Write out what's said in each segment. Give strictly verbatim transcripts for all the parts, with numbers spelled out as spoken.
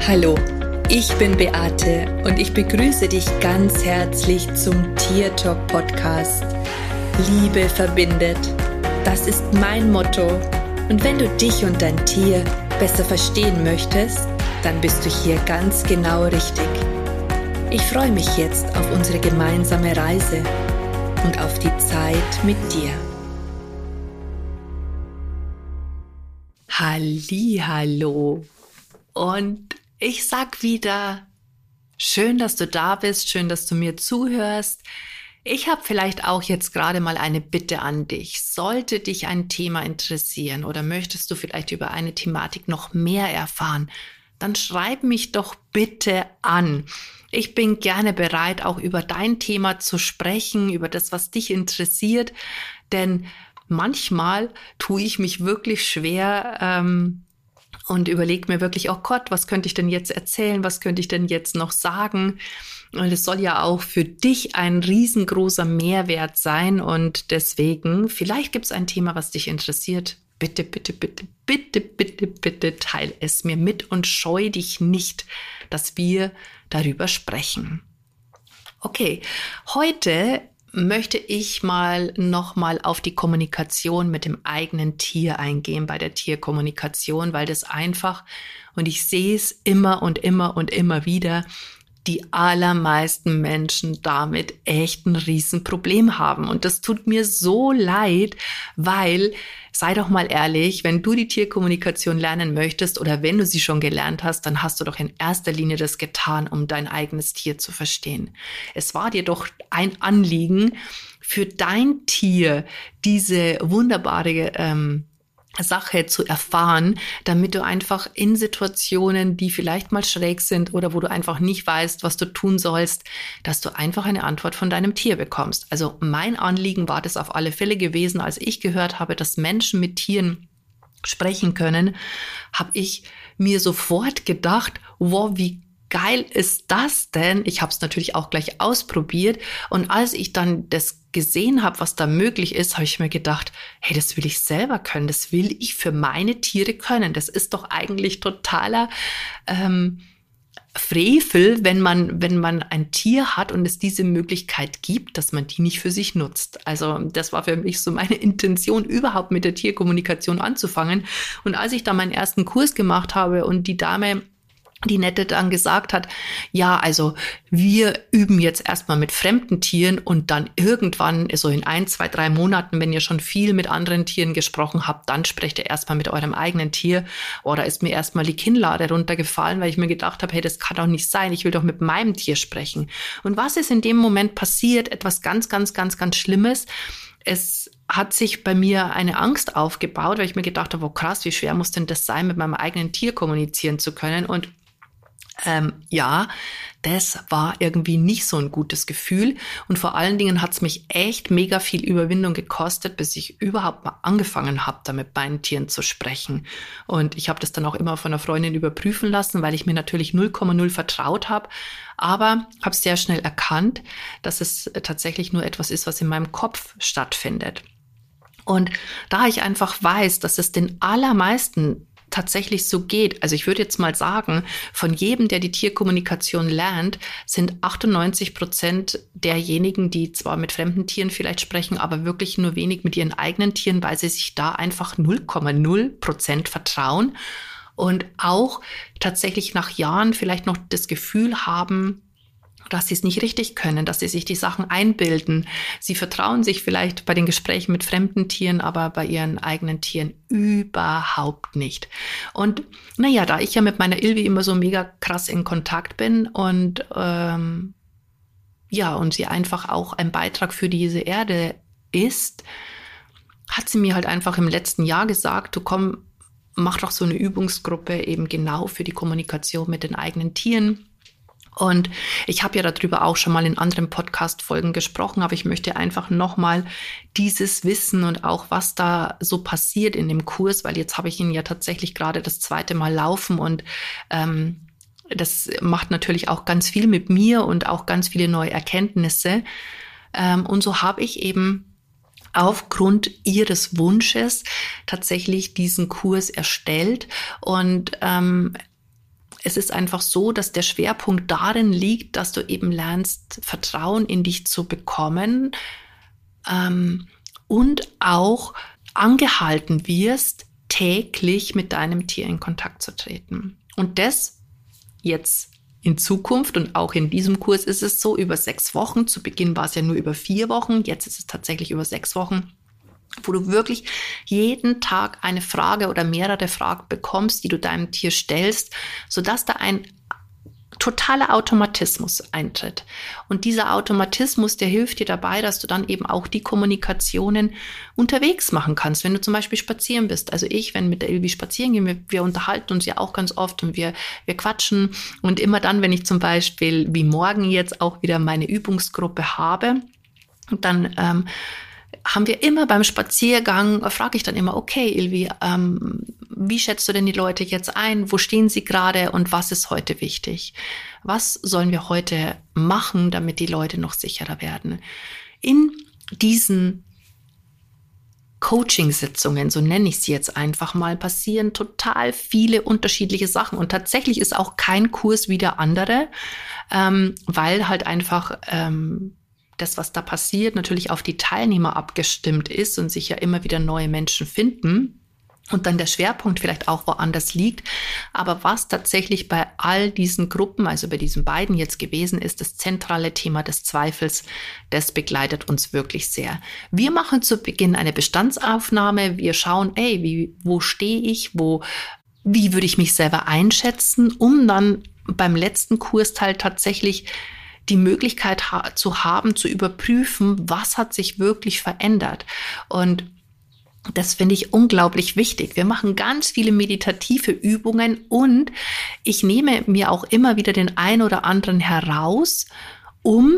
Hallo, ich bin Beate und ich begrüße dich ganz herzlich zum Tier Talk Podcast. Liebe verbindet, das ist mein Motto. Und wenn du dich und dein Tier besser verstehen möchtest, dann bist du hier ganz genau richtig. Ich freue mich jetzt auf unsere gemeinsame Reise und auf die Zeit mit dir. Hallihallo und ich sag wieder, schön, dass du da bist, schön, dass du mir zuhörst. Ich habe vielleicht auch jetzt gerade mal eine Bitte an dich. Sollte dich ein Thema interessieren oder möchtest du vielleicht über eine Thematik noch mehr erfahren, dann schreib mich doch bitte an. Ich bin gerne bereit, auch über dein Thema zu sprechen, über das, was dich interessiert, denn manchmal tue ich mich wirklich schwer ähm, und überlege mir wirklich, oh Gott, was könnte ich denn jetzt erzählen, was könnte ich denn jetzt noch sagen? Und es soll ja auch für dich ein riesengroßer Mehrwert sein und deswegen, vielleicht gibt es ein Thema, was dich interessiert. Bitte, bitte, bitte, bitte, bitte, bitte teil es mir mit und scheu dich nicht, dass wir darüber sprechen. Okay, heute möchte ich mal nochmal auf die Kommunikation mit dem eigenen Tier eingehen, bei der Tierkommunikation, weil das einfach, und ich sehe es immer und immer und immer wieder, die allermeisten Menschen damit echt ein Riesenproblem haben. Und das tut mir so leid, weil, sei doch mal ehrlich, wenn du die Tierkommunikation lernen möchtest oder wenn du sie schon gelernt hast, dann hast du doch in erster Linie das getan, um dein eigenes Tier zu verstehen. Es war dir doch ein Anliegen, für dein Tier diese wunderbare ähm, Sache zu erfahren, damit du einfach in Situationen, die vielleicht mal schräg sind oder wo du einfach nicht weißt, was du tun sollst, dass du einfach eine Antwort von deinem Tier bekommst. Also mein Anliegen war das auf alle Fälle gewesen, als ich gehört habe, dass Menschen mit Tieren sprechen können, habe ich mir sofort gedacht, wow, wie geil ist das denn? Ich habe es natürlich auch gleich ausprobiert und als ich dann das gesehen habe, was da möglich ist, habe ich mir gedacht, hey, das will ich selber können, das will ich für meine Tiere können. Das ist doch eigentlich totaler ähm, Frevel, wenn man, wenn man ein Tier hat und es diese Möglichkeit gibt, dass man die nicht für sich nutzt. Also das war für mich so meine Intention, überhaupt mit der Tierkommunikation anzufangen. Und als ich da meinen ersten Kurs gemacht habe und die Dame, die Nette dann gesagt hat, ja, also wir üben jetzt erstmal mit fremden Tieren und dann irgendwann, so in ein, zwei, drei Monaten, wenn ihr schon viel mit anderen Tieren gesprochen habt, dann sprecht ihr erstmal mit eurem eigenen Tier. Oder ist mir erstmal die Kinnlade runtergefallen, weil ich mir gedacht habe, hey, das kann doch nicht sein, ich will doch mit meinem Tier sprechen. Und was ist in dem Moment passiert? Etwas ganz, ganz, ganz, ganz Schlimmes. Es hat sich bei mir eine Angst aufgebaut, weil ich mir gedacht habe, oh krass, wie schwer muss denn das sein, mit meinem eigenen Tier kommunizieren zu können? Und Ähm, ja, das war irgendwie nicht so ein gutes Gefühl und vor allen Dingen hat es mich echt mega viel Überwindung gekostet, bis ich überhaupt mal angefangen habe, da mit meinen Tieren zu sprechen. Und ich habe das dann auch immer von einer Freundin überprüfen lassen, weil ich mir natürlich null Komma null vertraut habe, aber habe sehr schnell erkannt, dass es tatsächlich nur etwas ist, was in meinem Kopf stattfindet. Und da ich einfach weiß, dass es den allermeisten tatsächlich so geht. Also ich würde jetzt mal sagen, von jedem, der die Tierkommunikation lernt, sind achtundneunzig Prozent derjenigen, die zwar mit fremden Tieren vielleicht sprechen, aber wirklich nur wenig mit ihren eigenen Tieren, weil sie sich da einfach null Komma null Prozent vertrauen und auch tatsächlich nach Jahren vielleicht noch das Gefühl haben, dass sie es nicht richtig können, dass sie sich die Sachen einbilden. Sie vertrauen sich vielleicht bei den Gesprächen mit fremden Tieren, aber bei ihren eigenen Tieren überhaupt nicht. Und naja, da ich ja mit meiner Ilvi immer so mega krass in Kontakt bin und ähm, ja, und sie einfach auch ein Beitrag für diese Erde ist, hat sie mir halt einfach im letzten Jahr gesagt, du komm, mach doch so eine Übungsgruppe eben genau für die Kommunikation mit den eigenen Tieren. Und ich habe ja darüber auch schon mal in anderen Podcast-Folgen gesprochen, aber ich möchte einfach nochmal dieses Wissen und auch was da so passiert in dem Kurs, weil jetzt habe ich ihn ja tatsächlich gerade das zweite Mal laufen und ähm, das macht natürlich auch ganz viel mit mir und auch ganz viele neue Erkenntnisse. Ähm, und so habe ich eben aufgrund ihres Wunsches tatsächlich diesen Kurs erstellt und ähm, es ist einfach so, dass der Schwerpunkt darin liegt, dass du eben lernst, Vertrauen in dich zu bekommen ähm, und auch angehalten wirst, täglich mit deinem Tier in Kontakt zu treten. Und das jetzt in Zukunft und auch in diesem Kurs ist es so, über sechs Wochen. Zu Beginn war es ja nur über vier Wochen, jetzt ist es tatsächlich über sechs Wochen, wo du wirklich jeden Tag eine Frage oder mehrere Fragen bekommst, die du deinem Tier stellst, sodass da ein totaler Automatismus eintritt. Und dieser Automatismus, der hilft dir dabei, dass du dann eben auch die Kommunikationen unterwegs machen kannst, wenn du zum Beispiel spazieren bist. Also ich, wenn mit der Ilvi spazieren gehen, wir, wir unterhalten uns ja auch ganz oft und wir, wir quatschen. Und immer dann, wenn ich zum Beispiel wie morgen jetzt auch wieder meine Übungsgruppe habe, dann ähm, haben wir immer beim Spaziergang, frage ich dann immer, okay, Ilvi, ähm, wie schätzt du denn die Leute jetzt ein? Wo stehen sie gerade und was ist heute wichtig? Was sollen wir heute machen, damit die Leute noch sicherer werden? In diesen Coaching-Sitzungen, so nenne ich sie jetzt einfach mal, passieren total viele unterschiedliche Sachen. Und tatsächlich ist auch kein Kurs wie der andere, ähm, weil halt einfach ähm, das, was da passiert, natürlich auf die Teilnehmer abgestimmt ist und sich ja immer wieder neue Menschen finden und dann der Schwerpunkt vielleicht auch woanders liegt. Aber was tatsächlich bei all diesen Gruppen, also bei diesen beiden jetzt gewesen ist, das zentrale Thema des Zweifels, das begleitet uns wirklich sehr. Wir machen zu Beginn eine Bestandsaufnahme. Wir schauen, ey, wie, wo stehe ich, wo, wie würde ich mich selber einschätzen, um dann beim letzten Kursteil tatsächlich die Möglichkeit ha- zu haben, zu überprüfen, was hat sich wirklich verändert. Und das finde ich unglaublich wichtig. Wir machen ganz viele meditative Übungen und ich nehme mir auch immer wieder den einen oder anderen heraus, um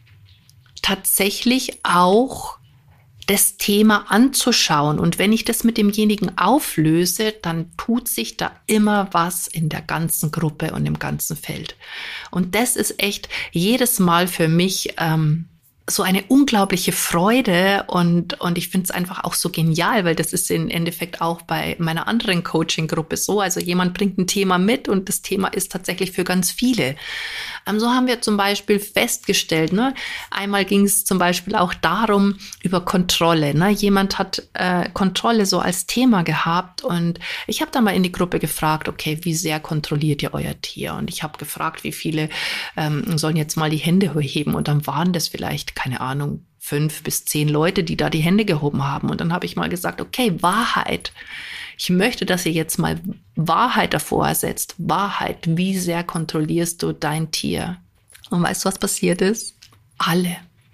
tatsächlich auch das Thema anzuschauen. Und wenn ich das mit demjenigen auflöse, dann tut sich da immer was in der ganzen Gruppe und im ganzen Feld. Und das ist echt jedes Mal für mich ähm, so eine unglaubliche Freude und, und ich finde es einfach auch so genial, weil das ist im Endeffekt auch bei meiner anderen Coaching-Gruppe so. Also jemand bringt ein Thema mit und das Thema ist tatsächlich für ganz viele. Ähm, so haben wir zum Beispiel festgestellt, ne? Einmal ging es zum Beispiel auch darum, über Kontrolle. Ne? Jemand hat äh, Kontrolle so als Thema gehabt und ich habe dann mal in die Gruppe gefragt, okay, wie sehr kontrolliert ihr euer Tier? Und ich habe gefragt, wie viele ähm, sollen jetzt mal die Hände heben und dann waren das vielleicht keine Ahnung, fünf bis zehn Leute, die da die Hände gehoben haben. Und dann habe ich mal gesagt, okay, Wahrheit. Ich möchte, dass ihr jetzt mal Wahrheit davor setzt. Wahrheit, wie sehr kontrollierst du dein Tier? Und weißt du, was passiert ist? Alle.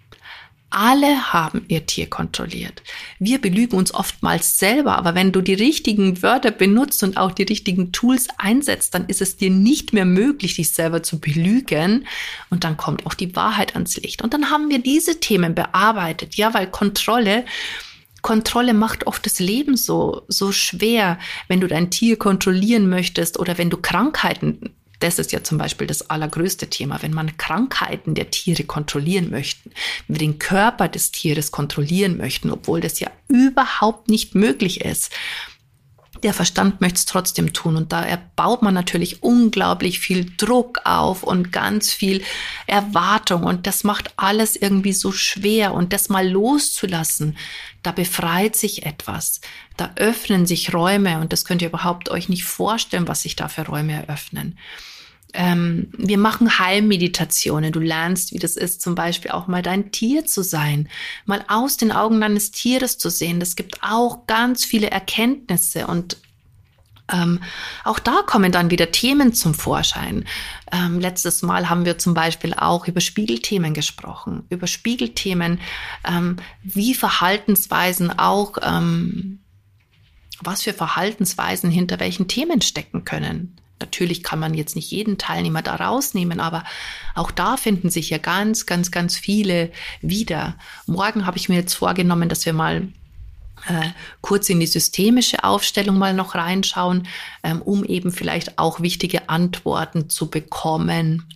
Alle haben ihr Tier kontrolliert. Wir belügen uns oftmals selber, aber wenn du die richtigen Wörter benutzt und auch die richtigen Tools einsetzt, dann ist es dir nicht mehr möglich, dich selber zu belügen und dann kommt auch die Wahrheit ans Licht. Und dann haben wir diese Themen bearbeitet, ja, weil Kontrolle, Kontrolle macht oft das Leben so, so schwer, wenn du dein Tier kontrollieren möchtest oder wenn du Krankheiten. Das ist ja zum Beispiel das allergrößte Thema, wenn man Krankheiten der Tiere kontrollieren möchte, wenn wir den Körper des Tieres kontrollieren möchten, obwohl das ja überhaupt nicht möglich ist. Der Verstand möchte es trotzdem tun und da baut man natürlich unglaublich viel Druck auf und ganz viel Erwartung und das macht alles irgendwie so schwer und das mal loszulassen, da befreit sich etwas, da öffnen sich Räume und das könnt ihr überhaupt euch nicht vorstellen, was sich da für Räume eröffnen. Ähm, wir machen Heilmeditationen. Du lernst, wie das ist, zum Beispiel auch mal dein Tier zu sein, mal aus den Augen deines Tieres zu sehen. Das gibt auch ganz viele Erkenntnisse und ähm, auch da kommen dann wieder Themen zum Vorschein. Ähm, letztes Mal haben wir zum Beispiel auch über Spiegelthemen gesprochen, über Spiegelthemen, ähm, wie Verhaltensweisen auch, ähm, was für Verhaltensweisen hinter welchen Themen stecken können. Natürlich kann man jetzt nicht jeden Teilnehmer da rausnehmen, aber auch da finden sich ja ganz, ganz, ganz viele wieder. Morgen habe ich mir jetzt vorgenommen, dass wir mal äh, kurz in die systemische Aufstellung mal noch reinschauen, ähm, um eben vielleicht auch wichtige Antworten zu bekommen,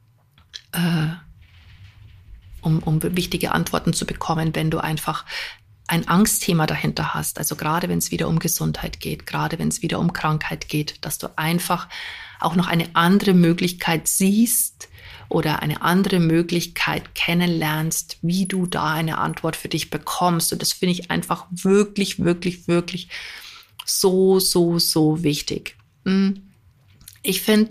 äh, um, um wichtige Antworten zu bekommen, wenn du einfach ein Angstthema dahinter hast, also gerade wenn es wieder um Gesundheit geht, gerade wenn es wieder um Krankheit geht, dass du einfach auch noch eine andere Möglichkeit siehst oder eine andere Möglichkeit kennenlernst, wie du da eine Antwort für dich bekommst. Und das finde ich einfach wirklich, wirklich, wirklich so, so, so wichtig. Ich finde,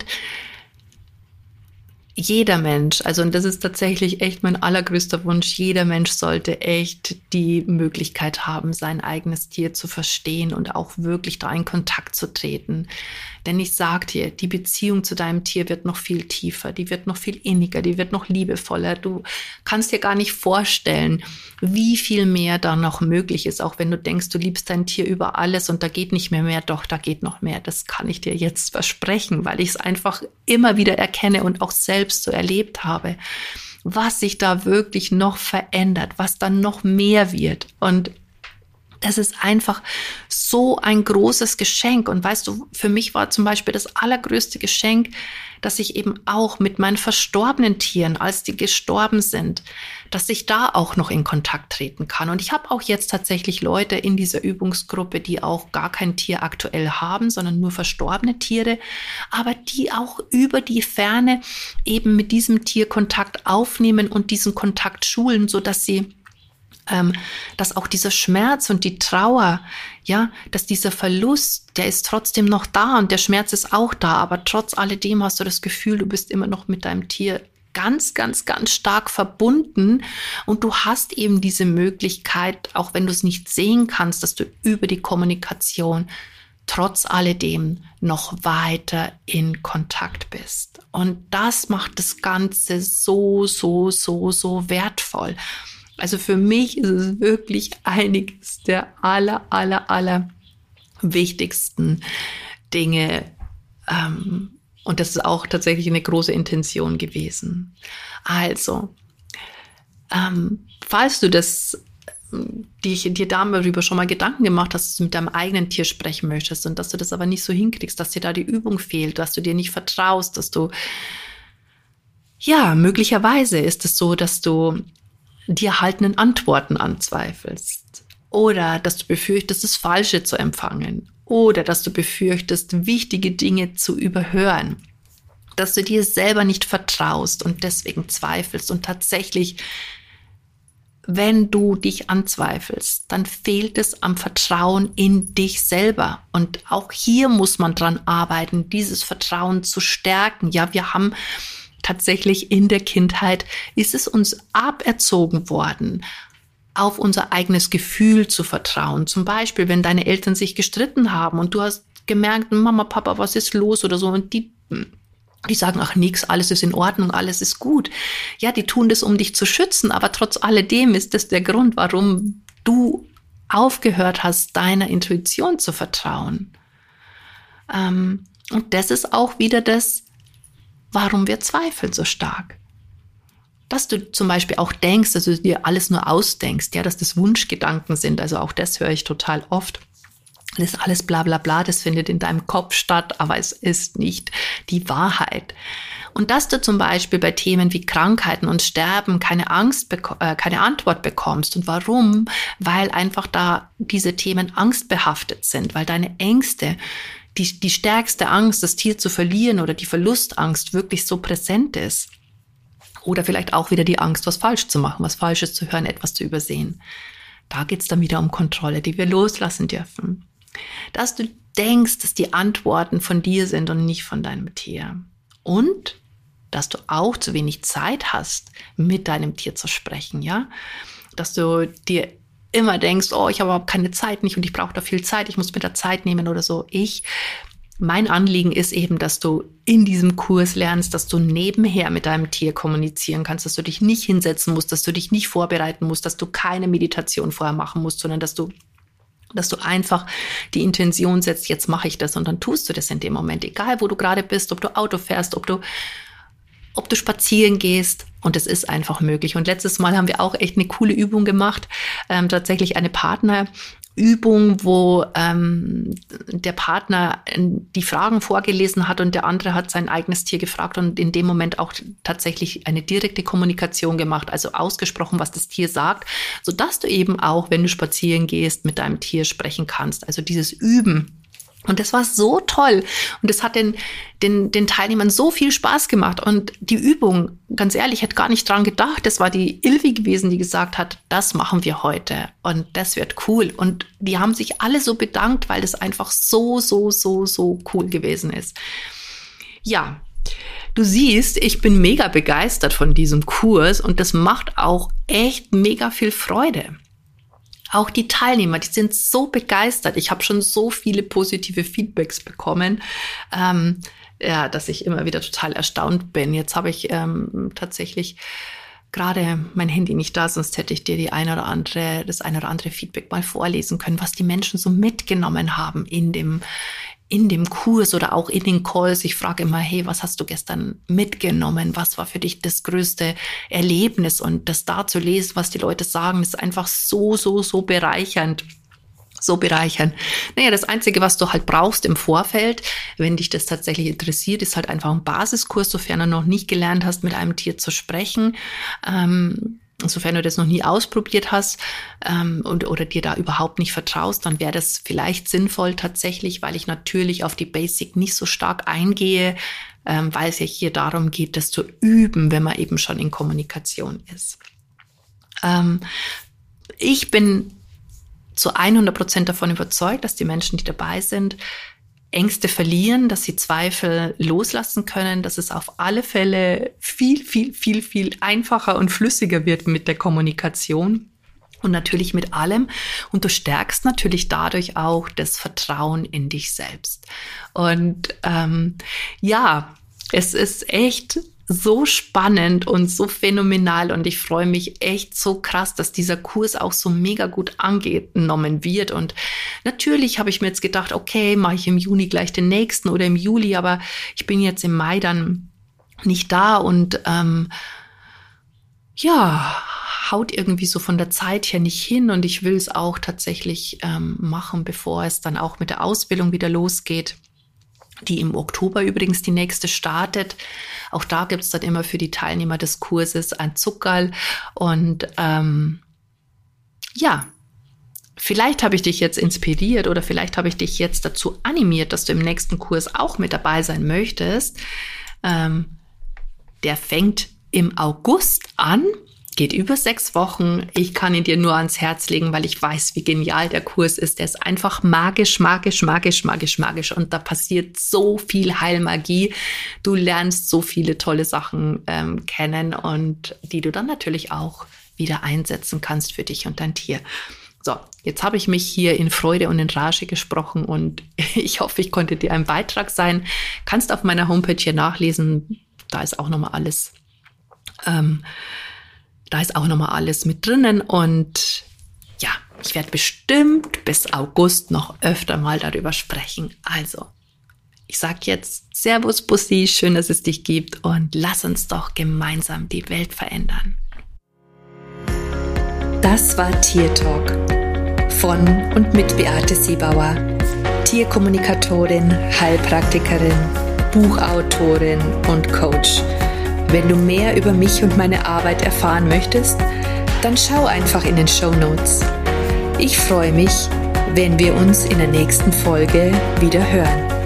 jeder Mensch, also und das ist tatsächlich echt mein allergrößter Wunsch, jeder Mensch sollte echt die Möglichkeit haben, sein eigenes Tier zu verstehen und auch wirklich da in Kontakt zu treten. Denn ich sag dir, die Beziehung zu deinem Tier wird noch viel tiefer, die wird noch viel inniger, die wird noch liebevoller. Du kannst dir gar nicht vorstellen, wie viel mehr da noch möglich ist, auch wenn du denkst, du liebst dein Tier über alles und da geht nicht mehr mehr. Doch, da geht noch mehr. Das kann ich dir jetzt versprechen, weil ich es einfach immer wieder erkenne und auch selbst so erlebt habe, was sich da wirklich noch verändert, was dann noch mehr wird. Und das ist einfach so ein großes Geschenk. Und weißt du, für mich war zum Beispiel das allergrößte Geschenk, dass ich eben auch mit meinen verstorbenen Tieren, als die gestorben sind, dass ich da auch noch in Kontakt treten kann. Und ich habe auch jetzt tatsächlich Leute in dieser Übungsgruppe, die auch gar kein Tier aktuell haben, sondern nur verstorbene Tiere, aber die auch über die Ferne eben mit diesem Tier Kontakt aufnehmen und diesen Kontakt schulen, sodass sie Ähm, dass auch dieser Schmerz und die Trauer, ja, dass dieser Verlust, der ist trotzdem noch da und der Schmerz ist auch da, aber trotz alledem hast du das Gefühl, du bist immer noch mit deinem Tier ganz, ganz, ganz stark verbunden und du hast eben diese Möglichkeit, auch wenn du es nicht sehen kannst, dass du über die Kommunikation trotz alledem noch weiter in Kontakt bist. Und das macht das Ganze so, so, so, so wertvoll. Also für mich ist es wirklich einiges der aller, aller, aller wichtigsten Dinge. Ähm, und das ist auch tatsächlich eine große Intention gewesen. Also, ähm, falls du das, dich, dir darüber schon mal Gedanken gemacht hast, dass du mit deinem eigenen Tier sprechen möchtest und dass du das aber nicht so hinkriegst, dass dir da die Übung fehlt, dass du dir nicht vertraust, dass du, ja, möglicherweise ist es so, dass du die erhaltenen Antworten anzweifelst oder dass du befürchtest, das Falsche zu empfangen oder dass du befürchtest, wichtige Dinge zu überhören, dass du dir selber nicht vertraust und deswegen zweifelst und tatsächlich, wenn du dich anzweifelst, dann fehlt es am Vertrauen in dich selber und auch hier muss man dran arbeiten, dieses Vertrauen zu stärken. Ja, wir haben tatsächlich in der Kindheit ist es uns aberzogen worden, auf unser eigenes Gefühl zu vertrauen. Zum Beispiel, wenn deine Eltern sich gestritten haben und du hast gemerkt, Mama, Papa, was ist los oder so und die, die sagen, ach nix, alles ist in Ordnung, alles ist gut. Ja, die tun das, um dich zu schützen, aber trotz alledem ist das der Grund, warum du aufgehört hast, deiner Intuition zu vertrauen. Ähm, und das ist auch wieder das, warum wir zweifeln so stark. Dass du zum Beispiel auch denkst, dass du dir alles nur ausdenkst, ja, dass das Wunschgedanken sind, also auch das höre ich total oft. Das ist alles bla bla bla, das findet in deinem Kopf statt, aber es ist nicht die Wahrheit. Und dass du zum Beispiel bei Themen wie Krankheiten und Sterben keine Angst, äh, keine Antwort bekommst. Und warum? Weil einfach da diese Themen angstbehaftet sind, weil deine Ängste, Die, die stärkste Angst, das Tier zu verlieren oder die Verlustangst wirklich so präsent ist. Oder vielleicht auch wieder die Angst, was falsch zu machen, was Falsches zu hören, etwas zu übersehen. Da geht es dann wieder um Kontrolle, die wir loslassen dürfen. Dass du denkst, dass die Antworten von dir sind und nicht von deinem Tier. Und dass du auch zu wenig Zeit hast, mit deinem Tier zu sprechen, ja? Dass du dir immer denkst, oh, ich habe überhaupt keine Zeit nicht und ich brauche da viel Zeit, ich muss mir da Zeit nehmen oder so. Ich, mein Anliegen ist eben, dass du in diesem Kurs lernst, dass du nebenher mit deinem Tier kommunizieren kannst, dass du dich nicht hinsetzen musst, dass du dich nicht vorbereiten musst, dass du keine Meditation vorher machen musst, sondern dass du dass du einfach die Intention setzt, jetzt mache ich das und dann tust du das in dem Moment, egal wo du gerade bist, ob du Auto fährst, ob du ob du spazieren gehst und es ist einfach möglich. Und letztes Mal haben wir auch echt eine coole Übung gemacht, ähm, tatsächlich eine Partnerübung, wo ähm, der Partner die Fragen vorgelesen hat und der andere hat sein eigenes Tier gefragt und in dem Moment auch tatsächlich eine direkte Kommunikation gemacht, also ausgesprochen, was das Tier sagt, sodass du eben auch, wenn du spazieren gehst, mit deinem Tier sprechen kannst. Also dieses Üben Und das war so toll. Und das hat den, den, den Teilnehmern so viel Spaß gemacht. Und die Übung, ganz ehrlich, ich hätte gar nicht dran gedacht. Das war die Ilvi gewesen, die gesagt hat, das machen wir heute. Und das wird cool. Und die haben sich alle so bedankt, weil das einfach so, so, so, so cool gewesen ist. Ja, du siehst, ich bin mega begeistert von diesem Kurs. Und das macht auch echt mega viel Freude. Auch die Teilnehmer, die sind so begeistert. Ich habe schon so viele positive Feedbacks bekommen, ähm, ja, dass ich immer wieder total erstaunt bin. Jetzt habe ich ähm, tatsächlich gerade mein Handy nicht da, sonst hätte ich dir die eine oder andere, das eine oder andere Feedback mal vorlesen können, was die Menschen so mitgenommen haben in dem in dem Kurs oder auch in den Calls. Ich frage immer, hey, was hast du gestern mitgenommen? Was war für dich das größte Erlebnis? Und das da zu lesen, was die Leute sagen, ist einfach so, so, so bereichernd. So bereichern. Naja, das Einzige, was du halt brauchst im Vorfeld, wenn dich das tatsächlich interessiert, ist halt einfach ein Basiskurs, sofern du noch nicht gelernt hast, mit einem Tier zu sprechen. Ähm, Insofern du das noch nie ausprobiert hast ähm, und oder dir da überhaupt nicht vertraust, dann wäre das vielleicht sinnvoll tatsächlich, weil ich natürlich auf die Basic nicht so stark eingehe, ähm, weil es ja hier darum geht, das zu üben, wenn man eben schon in Kommunikation ist. Ähm, ich bin zu hundert Prozent davon überzeugt, dass die Menschen, die dabei sind, Ängste verlieren, dass sie Zweifel loslassen können, dass es auf alle Fälle viel, viel, viel, viel einfacher und flüssiger wird mit der Kommunikation und natürlich mit allem. Und du stärkst natürlich dadurch auch das Vertrauen in dich selbst. Und ähm, ja, es ist echt so spannend und so phänomenal und ich freue mich echt so krass, dass dieser Kurs auch so mega gut angenommen wird. Und natürlich habe ich mir jetzt gedacht, okay, mache ich im Juni gleich den nächsten oder im Juli, aber ich bin jetzt im Mai dann nicht da und ähm, ja, haut irgendwie so von der Zeit her nicht hin und ich will es auch tatsächlich ähm, machen, bevor es dann auch mit der Ausbildung wieder losgeht, die im Oktober übrigens die nächste startet. Auch da gibt es dann immer für die Teilnehmer des Kurses ein Zuckerl. Und ähm, ja, vielleicht habe ich dich jetzt inspiriert oder vielleicht habe ich dich jetzt dazu animiert, dass du im nächsten Kurs auch mit dabei sein möchtest. Ähm, der fängt im August an. Geht über sechs Wochen. Ich kann ihn dir nur ans Herz legen, weil ich weiß, wie genial der Kurs ist. Der ist einfach magisch, magisch, magisch, magisch, magisch. Und da passiert so viel Heilmagie. Du lernst so viele tolle Sachen ähm, kennen und die du dann natürlich auch wieder einsetzen kannst für dich und dein Tier. So, jetzt habe ich mich hier in Freude und in Rage gesprochen und ich hoffe, ich konnte dir ein Beitrag sein. Kannst auf meiner Homepage hier nachlesen. Da ist auch nochmal alles ähm, Da ist auch nochmal alles mit drinnen und ja, ich werde bestimmt bis August noch öfter mal darüber sprechen. Also, ich sage jetzt Servus Bussi, schön, dass es dich gibt und lass uns doch gemeinsam die Welt verändern. Das war Tier Talk von und mit Beate Siebauer, Tierkommunikatorin, Heilpraktikerin, Buchautorin und Coach. Wenn du mehr über mich und meine Arbeit erfahren möchtest, dann schau einfach in den Shownotes. Ich freue mich, wenn wir uns in der nächsten Folge wieder hören.